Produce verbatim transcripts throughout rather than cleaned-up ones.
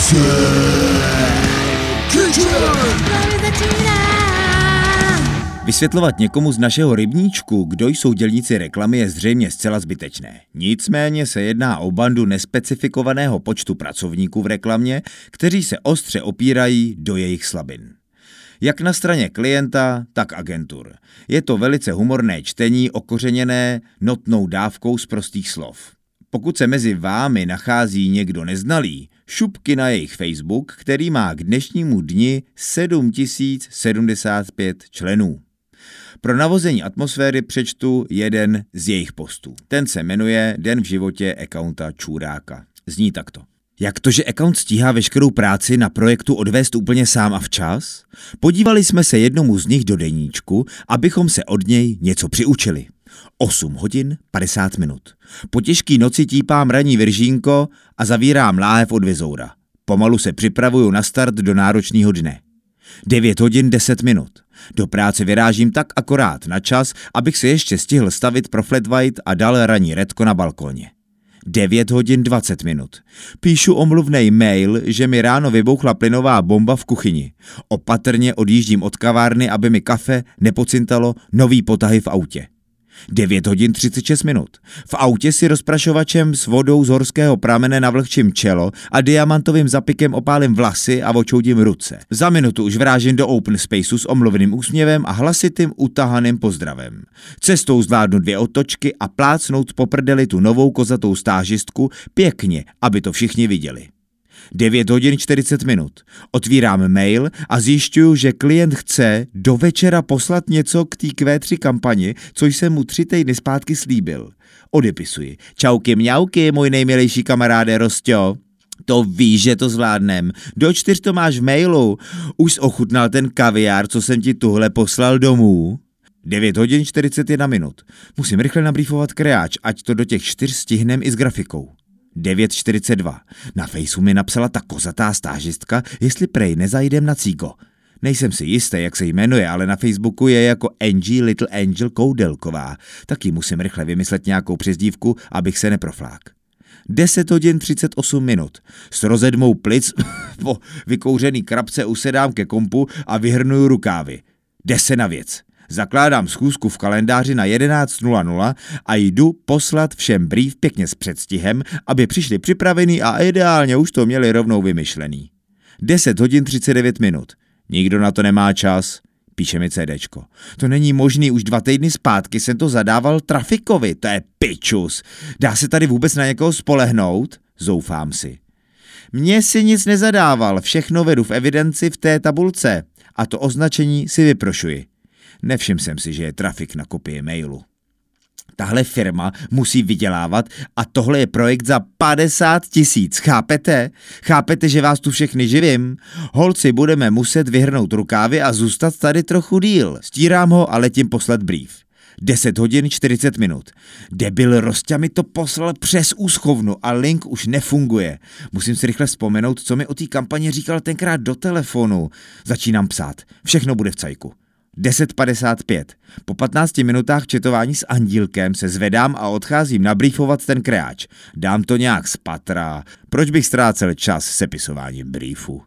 Vysvětlovat někomu z našeho rybníčku, kdo jsou dělníci reklamy, je zřejmě zcela zbytečné. Nicméně se jedná o bandu nespecifikovaného počtu pracovníků v reklamě, kteří se ostře opírají do jejich slabin. Jak na straně klienta, tak agentur. Je to velice humorné čtení okořeněné notnou dávkou z prostých slov. Pokud se mezi vámi nachází někdo neznalý, šupky na jejich Facebook, který má k dnešnímu dni sedm tisíc sedmdesát pět členů. Pro navození atmosféry přečtu jeden z jejich postů. Ten se jmenuje Den v životě accounta Čůráka. Zní takto. Jak to, že account stíhá veškerou práci na projektu odvést úplně sám a včas? Podívali jsme se jednomu z nich do deníčku, abychom se od něj něco přiučili. osm hodin padesát minut. Po těžký noci típám ranní viržínko a zavírám láhev od vizoura. Pomalu se připravuju na start do náročného dne. devět hodin deset minut. Do práce vyrážím tak akorát na čas, abych se ještě stihl stavit pro flat white a dal ranní redko na balkóně. devět hodin dvacet minut. Píšu omluvnej mail, že mi ráno vybouchla plynová bomba v kuchyni. Opatrně odjíždím od kavárny, aby mi kafe nepocintalo nový potahy v autě. devět hodin třicet šest minut. V autě si rozprašovačem s vodou z horského pramene navlhčím čelo a diamantovým zapikem opálím vlasy a očoudím ruce. Za minutu už vrážím do open spaceu s omluveným úsměvem a hlasitým utahaným pozdravem. Cestou zvládnu dvě otočky a plácnout po prdeli tu novou kozatou stážistku pěkně, aby to všichni viděli. devět hodin čtyřicet minut. Otvírám mail a zjišťuju, že klient chce do večera poslat něco k té Q tři kampani, což jsem mu tři týdny zpátky slíbil. Odepisuji. Čauky mňauky, můj nejmilejší kamaráde Rostio. To víš, že to zvládnem. Do čtyř to máš v mailu. Už jsi ochutnal ten kaviár, co jsem ti tuhle poslal domů? devět hodin čtyřicet jedna minut. Musím rychle nabrýfovat kreáč, ať to do těch čtyř stihnem i s grafikou. devět čtyřicet dva. Na Faceu mi napsala ta kozatá stážistka, jestli prej nezajdem na cíko. Nejsem si jistý, jak se jmenuje, ale na Facebooku je jako Angie Little Angel Koudelková. Taky musím rychle vymyslet nějakou přezdívku, abych se neproflák. deset hodin třicet osm minut. S rozedmou plic po vykouřený krabce usedám ke kompu a vyhrnuju rukávy. Jde se na věc. Zakládám schůzku v kalendáři na jedenáct nula nula a jdu poslat všem brief pěkně s předstihem, aby přišli připravený a ideálně už to měli rovnou vymyšlený. deset hodin třicet devět minut. Nikdo na to nemá čas, píše mi CDčko. To není možný, už dva týdny zpátky jsem to zadával trafikovi, to je pičus. Dá se tady vůbec na někoho spolehnout? Zoufám si. Mně si nic nezadával, všechno vedu v evidenci v té tabulce a to označení si vyprošuji. Nevšiml jsem si, že je trafik na kopii mailu. Tahle firma musí vydělávat a tohle je projekt za padesát tisíc, chápete? Chápete, že vás tu všechny živím? Holci, budeme muset vyhrnout rukávy a zůstat tady trochu díl. Stírám ho a letím poslat brief. deset hodin čtyřicet minut. Debil Rostě mi to poslal přes úschovnu a link už nefunguje. Musím si rychle vzpomenout, co mi o té kampani říkal tenkrát do telefonu. Začínám psát. Všechno bude v cajku. deset padesát pět. Po patnácti minutách četování s Andílkem se zvedám a odcházím nabrýfovat ten kreáč. Dám to nějak z patra. Proč bych ztrácel čas sepisováním briefu?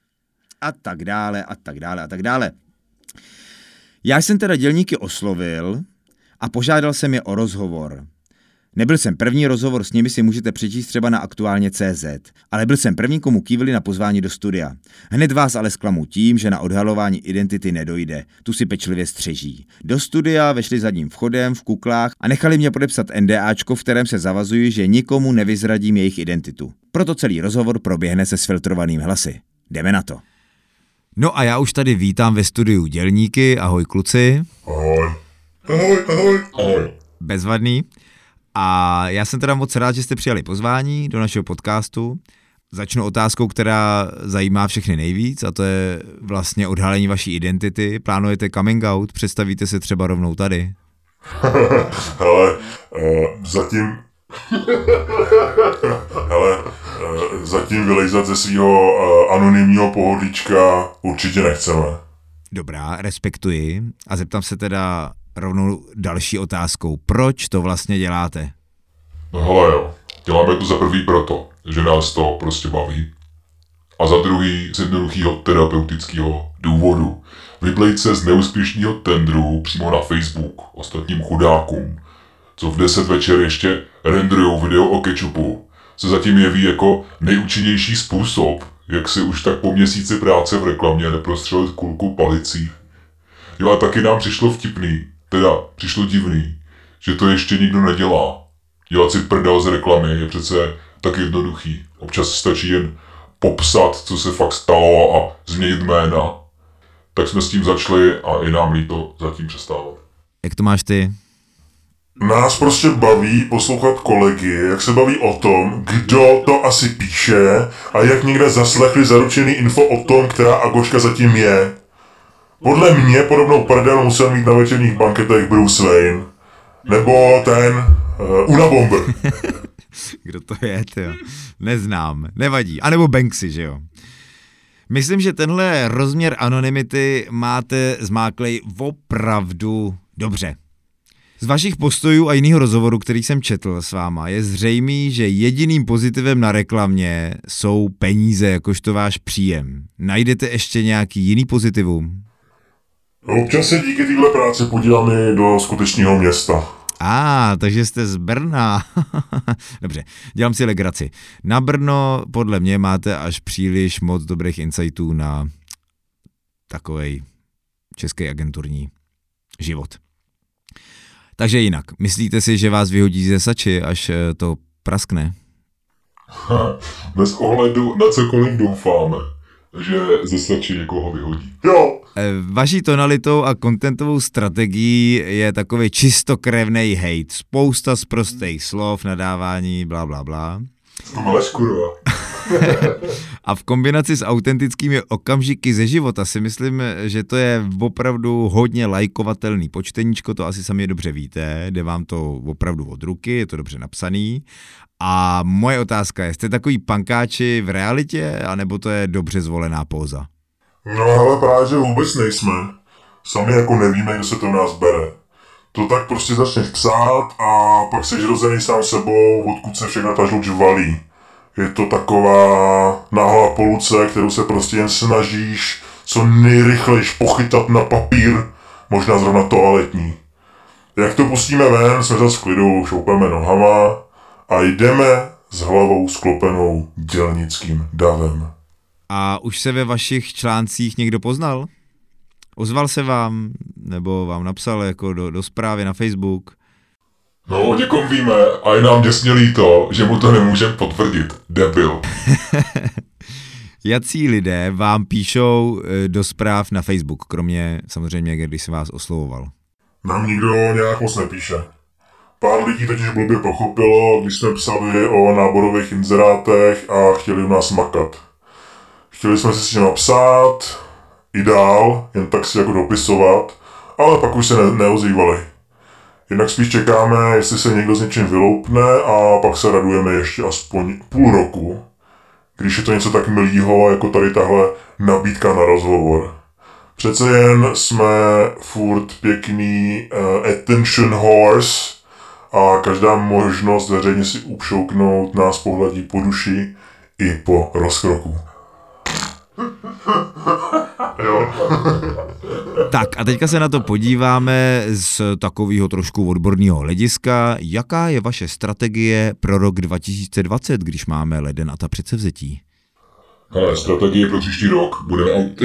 A tak dále, a tak dále, a tak dále. Já jsem teda dělníky oslovil a požádal jsem je o rozhovor. Nebyl jsem první, rozhovor s nimi si můžete přečíst třeba na aktuálně tečka cé zet, ale byl jsem první, komu kývili na pozvání do studia. Hned vás ale zklamu tím, že na odhalování identity nedojde, tu si pečlivě střeží. Do studia vešli zadním vchodem v kuklách a nechali mě podepsat NDAčko, v kterém se zavazuji, že nikomu nevyzradím jejich identitu. Proto celý rozhovor proběhne se sfiltrovaným hlasy. Jdeme na to. No a já už tady vítám ve studiu dělníky, ahoj kluci. Ahoj. Ahoj, ahoj, ahoj. Bezvadný. A já jsem teda moc rád, že jste přijali pozvání do našeho podcastu. Začnu otázkou, která zajímá všechny nejvíc, a to je vlastně odhalení vaší identity. Plánujete coming out? Představíte se třeba rovnou tady? Hele, uh, zatím... Hele, uh, zatím vylejzat ze svého uh, anonymního pohodlíčka určitě nechceme. Dobrá, respektuji. A zeptám se teda rovnou další otázkou. Proč to vlastně děláte? No hele jo, děláme to za prvý proto, že nás to prostě baví. A za druhý z jednoduchého terapeutického důvodu. Vyblejt se z neúspěšného tendru přímo na Facebook ostatním chudákům, co v deset večer ještě renderujou video o kečupu, se zatím jeví jako nejúčinnější způsob, jak si už tak po měsíci práce v reklamě neprostřelit kulku palicí. Jo a taky nám přišlo vtipný, teda přišlo divný, že to ještě nikdo nedělá. Dělat si prdel z reklamy je přece tak jednoduchý. Občas stačí jen popsat, co se fakt stalo a změnit jména. Tak jsme s tím začali a i nám líto zatím přestávat. Jak to máš ty? Nás prostě baví poslouchat kolegy, jak se baví o tom, kdo to asi píše a jak někde zaslechli zaručený info o tom, která Agoška zatím je. Podle mě podobnou prdel musel mít na večerních banketech Bruce Wayne. Nebo ten uh, Unabomber. Kdo to je, tyjo? Neznám, nevadí. A nebo Banksy, že jo? Myslím, že tenhle rozměr anonymity máte zmáklej opravdu dobře. Z vašich postojů a jiného rozhovoru, který jsem četl s váma, je zřejmý, že jediným pozitivem na reklamě jsou peníze, jakožto váš příjem. Najdete ještě nějaký jiný pozitivum? Občas se díky téhle práci podívám i do skutečného města. A, ah, takže jste z Brna. Dobře, dělám si legraci. Na Brno podle mě máte až příliš moc dobrých insightů na takovej český agenturní život. Takže jinak, myslíte si, že vás vyhodí ze sači, až to praskne? Bez ohledu na cokoliv doufáme, že ze sači někoho vyhodí. Jo. Vaší tonalitou a contentovou strategií je takový čistokrevnej hejt. Spousta sprostých slov, nadávání, blá, blá, blá. To máš, kurva. A v kombinaci s autentickými okamžiky ze života si myslím, že to je opravdu hodně lajkovatelný počteníčko, to asi sami dobře víte, jde vám to opravdu od ruky, je to dobře napsaný. A moje otázka je, jste takový pankáči v realitě, anebo to je dobře zvolená póza? No ale právě, že vůbec nejsme. Sami jako nevíme, kdo se to v nás bere. To tak prostě začneš psát a pak seš rozený sám sebou, odkud se všechna ta žluč valí. Je to taková náhlá poluce, kterou se prostě jen snažíš co nejrychlejš pochytat na papír, možná zrovna toaletní. Jak to pustíme ven, jsme zase v klidu, šoupeme nohama a jdeme s hlavou sklopenou dělnickým davem. A už se ve vašich článcích někdo poznal? Ozval se vám, nebo vám napsal jako do, do zprávy na Facebook? No, o někom víme a je nám děsně líto, že mu to nemůžeme potvrdit. Debil. Jací lidé vám píšou do zpráv na Facebook, kromě samozřejmě, když se vás oslovoval? Nám nikdo nějak moc nepíše. Pár lidí totiž blbě pochopilo, když jsme psali o náborových inzerátech a chtěli u nás makat. Chtěli jsme si s tím napsat, i dál, jen tak si jako dopisovat, ale pak už se ne- neozývali. Jinak spíš čekáme, jestli se někdo s něčím vyloupne a pak se radujeme ještě aspoň půl roku, když je to něco tak milýho, jako tady tahle nabídka na rozhovor. Přece jen jsme furt pěkný uh, attention horse a každá možnost veřejně si upšouknout nás pohladí po duši i po rozkroku. Jo. Tak a teďka se na to podíváme z takového trošku odborného hlediska. Jaká je vaše strategie pro rok dva tisíce dvacet, když máme leden a ta předsevzetí? Ale strategie pro příští rok budeme out.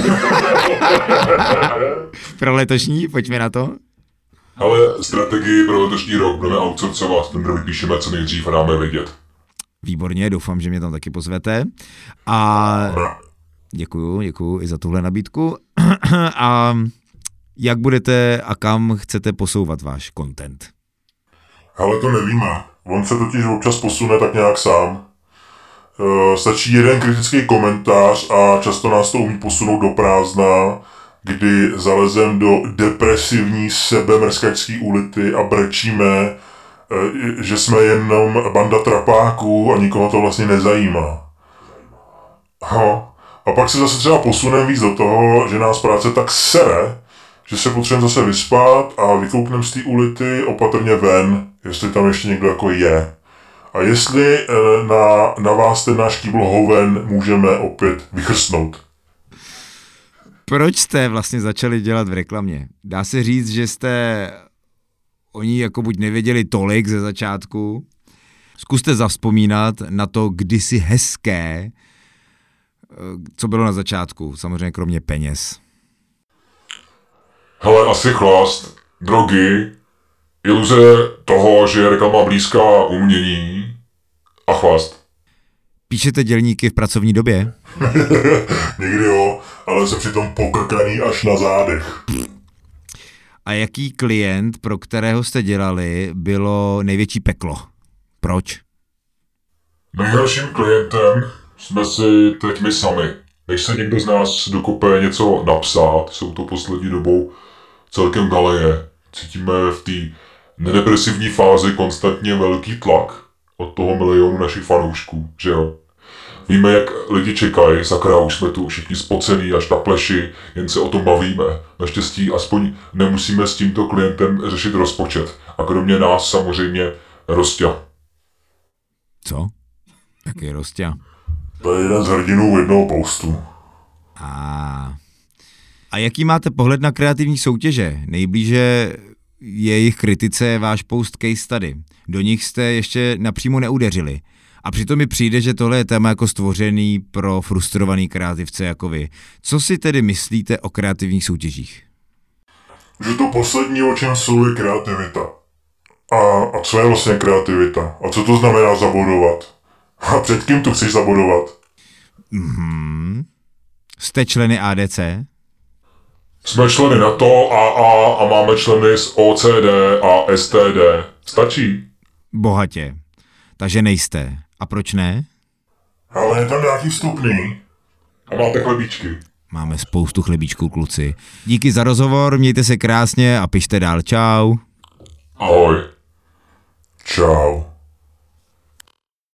Pro letošní, pojďme na to. Ale strategii pro letošní rok budeme outsourcovat, ten vypíšeme co nejdřív a dáme vědět. Výborně, doufám, že mě tam taky pozvete. A děkuju, děkuju i za tuhle nabídku. A jak budete a kam chcete posouvat váš content? Ale to nevíme. On se totiž občas posune tak nějak sám. E, stačí jeden kritický komentář a často nás to umí posunout do prázdna, kdy zalezem do depresivní sebemrskačské ulity a brečíme, e, že jsme jenom banda trapáků a nikoho to vlastně nezajímá. Ha. A pak se zase třeba posuneme víc do toho, že nás práce tak sere, že se potřebujeme zase vyspat a vykoukneme z té ulity opatrně ven, jestli tam ještě někdo jako je. A jestli e, na, na vás ten náš kýbl hoven můžeme opět vychrstnout. Proč jste vlastně začali dělat v reklamě? Dá se říct, že jste o ní jako buď nevěděli tolik ze začátku. Zkuste zavzpomínat na to kdysi hezké, co bylo na začátku, samozřejmě kromě peněz. Hele, asi chlast, drogy, iluze toho, že je reklama blízká umění a chlast. Píšete dělníky v pracovní době? Někdy jo, ale jsem přitom pokrkaný až na zádech. A jaký klient, pro kterého jste dělali, bylo největší peklo? Proč? Nejhorším klientem jsme si teď my sami. Než se někdo z nás dokope něco napsat, jsou to poslední dobou celkem galeje. Cítíme v té nedepresivní fázi konstantně velký tlak od toho milionu našich fanoušků, že jo? Víme, jak lidi čekají, sakra, už jsme tu všichni spocený až na pleši, jen se o tom bavíme. Naštěstí aspoň nemusíme s tímto klientem řešit rozpočet. A kromě nás samozřejmě Rosťa. Co? Jaký Rosťa? To je jeden z hrdinů jednoho postu. A... A jaký máte pohled na kreativní soutěže? Nejblíže jejich kritice je váš post case study. Do nich jste ještě napřímo neudeřili. A přitom mi přijde, že tohle je téma jako stvořený pro frustrovaný kreativce jako vy. Co si tedy myslíte o kreativních soutěžích? Že to poslední, o čem jsou, je kreativita. A, a co je vlastně kreativita? A co to znamená zabodovat? A před kým tu chceš zabodovat? Mhm. Jste členy A D C? Jsme členy NATO, A A a máme členy z O C D a S T D. Stačí? Bohatě. Takže nejste. A proč ne? Ale je tam nějaký vstupný. A máte chlebíčky. Máme spoustu chlebíčků, kluci. Díky za rozhovor, mějte se krásně a pište dál. Čau. Ahoj. Čau.